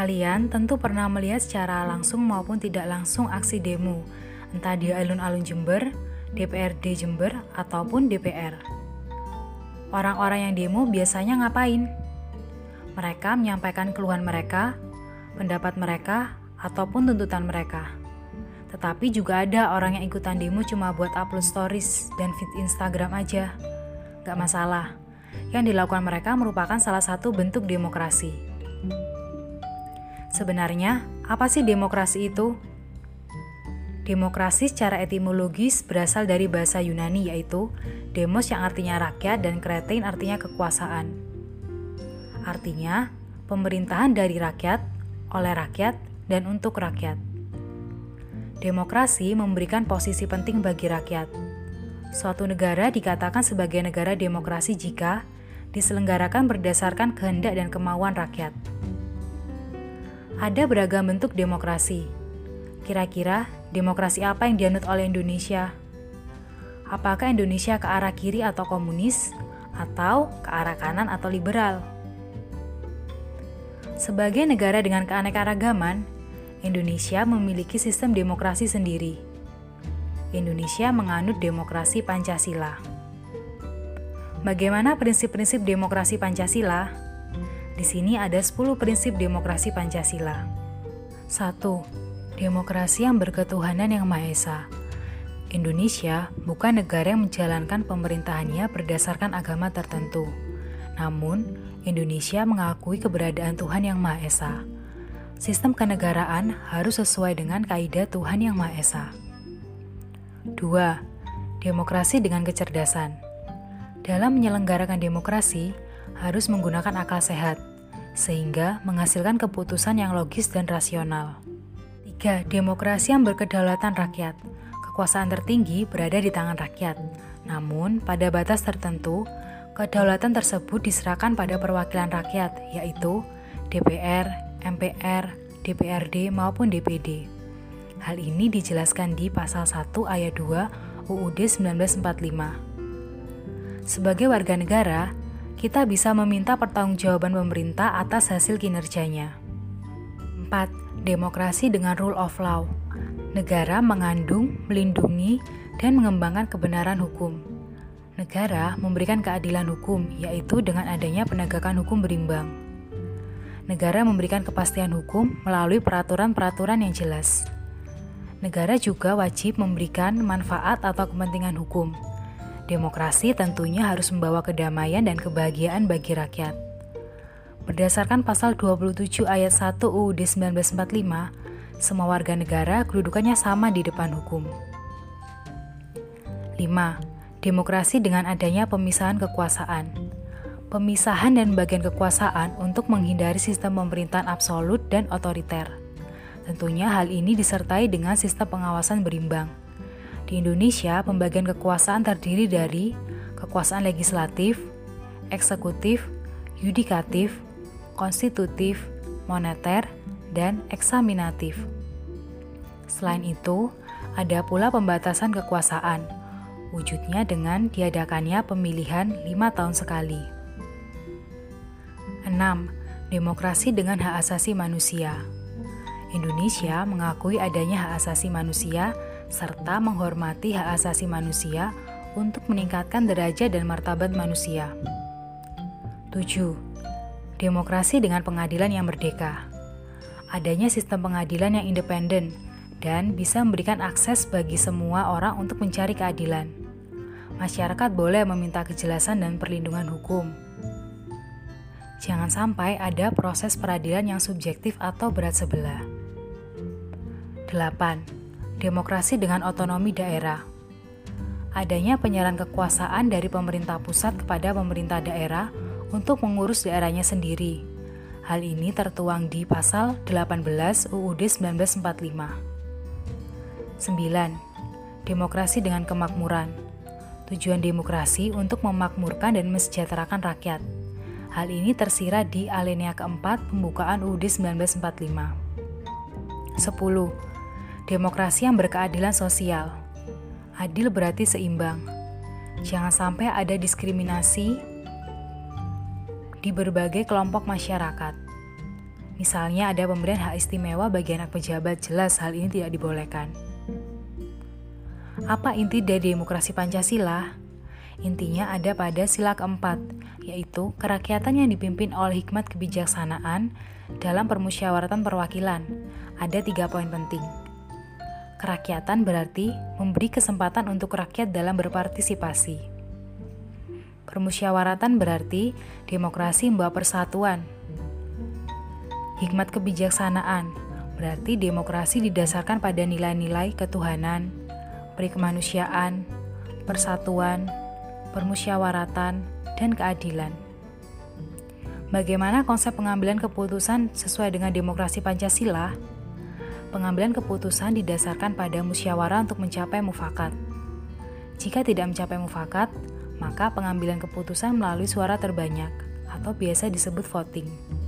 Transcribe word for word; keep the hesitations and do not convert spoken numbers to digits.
Kalian tentu pernah melihat secara langsung maupun tidak langsung aksi demo, entah di alun-alun Jember, D P R D Jember, ataupun D P R. Orang-orang yang demo biasanya ngapain? Mereka menyampaikan keluhan mereka, pendapat mereka, ataupun tuntutan mereka. Tetapi juga ada orang yang ikutan demo cuma buat upload stories dan feed Instagram aja. Gak masalah, yang dilakukan mereka merupakan salah satu bentuk demokrasi. Sebenarnya, apa sih demokrasi itu? Demokrasi secara etimologis berasal dari bahasa Yunani yaitu demos yang artinya rakyat dan kretein artinya kekuasaan. Artinya, pemerintahan dari rakyat, oleh rakyat, dan untuk rakyat. Demokrasi memberikan posisi penting bagi rakyat. Suatu negara dikatakan sebagai negara demokrasi jika diselenggarakan berdasarkan kehendak dan kemauan rakyat. Ada beragam bentuk demokrasi. Kira-kira demokrasi apa yang dianut oleh Indonesia? Apakah Indonesia ke arah kiri atau komunis, atau ke arah kanan atau liberal? Sebagai negara dengan keanekaragaman, Indonesia memiliki sistem demokrasi sendiri. Indonesia menganut demokrasi Pancasila. Bagaimana prinsip-prinsip demokrasi Pancasila? Di sini ada sepuluh prinsip demokrasi Pancasila. satu. Demokrasi yang berketuhanan yang Maha Esa. Indonesia bukan negara yang menjalankan pemerintahannya berdasarkan agama tertentu. Namun, Indonesia mengakui keberadaan Tuhan yang Maha Esa. Sistem kenegaraan harus sesuai dengan kaidah Tuhan yang Maha Esa. dua. Demokrasi dengan kecerdasan. Dalam menyelenggarakan demokrasi, harus menggunakan akal sehat, sehingga menghasilkan keputusan yang logis dan rasional. tiga. Demokrasi yang berkedaulatan rakyat. Kekuasaan tertinggi berada di tangan rakyat, namun pada batas tertentu, kedaulatan tersebut diserahkan pada perwakilan rakyat, yaitu D P R, M P R, D P R D maupun D P D. Hal ini dijelaskan di pasal satu ayat dua U U D seribu sembilan ratus empat puluh lima. Sebagai warga negara, kita bisa meminta pertanggungjawaban pemerintah atas hasil kinerjanya. empat. Demokrasi dengan rule of law. Negara mengandung, melindungi, dan mengembangkan kebenaran hukum. Negara memberikan keadilan hukum, yaitu dengan adanya penegakan hukum berimbang. Negara memberikan kepastian hukum melalui peraturan-peraturan yang jelas. Negara juga wajib memberikan manfaat atau kepentingan hukum. Demokrasi tentunya harus membawa kedamaian dan kebahagiaan bagi rakyat. Berdasarkan pasal dua puluh tujuh ayat satu U U D seribu sembilan ratus empat puluh lima, semua warga negara kedudukannya sama di depan hukum. lima. Demokrasi dengan adanya pemisahan kekuasaan. Pemisahan dan bagian kekuasaan untuk menghindari sistem pemerintahan absolut dan otoriter. Tentunya hal ini disertai dengan sistem pengawasan berimbang. Di Indonesia, pembagian kekuasaan terdiri dari kekuasaan legislatif, eksekutif, yudikatif, konstitutif, moneter, dan eksaminatif. Selain itu, ada pula pembatasan kekuasaan, wujudnya dengan diadakannya pemilihan lima tahun sekali. enam. Demokrasi dengan hak asasi manusia. Indonesia mengakui adanya hak asasi manusia serta menghormati hak asasi manusia untuk meningkatkan derajat dan martabat manusia. tujuh. Demokrasi dengan pengadilan yang merdeka. Adanya sistem pengadilan yang independen dan bisa memberikan akses bagi semua orang untuk mencari keadilan. Masyarakat boleh meminta kejelasan dan perlindungan hukum. Jangan sampai ada proses peradilan yang subjektif atau berat sebelah. delapan. Demokrasi dengan otonomi daerah. Adanya penyerahan kekuasaan dari pemerintah pusat kepada pemerintah daerah untuk mengurus daerahnya sendiri. Hal ini tertuang di pasal delapan belas U U D seribu sembilan ratus empat puluh lima. sembilan. Demokrasi dengan kemakmuran. Tujuan demokrasi untuk memakmurkan dan mesejahterakan rakyat. Hal ini tersirat di alinea keempat pembukaan U U D seribu sembilan ratus empat puluh lima. sepuluh. Demokrasi yang berkeadilan sosial. Adil berarti seimbang. Jangan sampai ada diskriminasi di berbagai kelompok masyarakat. Misalnya ada pemberian hak istimewa bagi anak pejabat, jelas hal ini tidak dibolehkan. Apa inti dari demokrasi Pancasila? Intinya ada pada sila keempat, yaitu kerakyatan yang dipimpin oleh hikmat kebijaksanaan dalam permusyawaratan perwakilan. Ada tiga poin penting. Kerakyatan berarti memberi kesempatan untuk rakyat dalam berpartisipasi. Permusyawaratan berarti demokrasi membawa persatuan. Hikmat kebijaksanaan berarti demokrasi didasarkan pada nilai-nilai ketuhanan, perikemanusiaan, persatuan, permusyawaratan, dan keadilan. Bagaimana konsep pengambilan keputusan sesuai dengan demokrasi Pancasila? Pengambilan keputusan didasarkan pada musyawarah untuk mencapai mufakat. Jika tidak mencapai mufakat, maka pengambilan keputusan melalui suara terbanyak atau biasa disebut voting.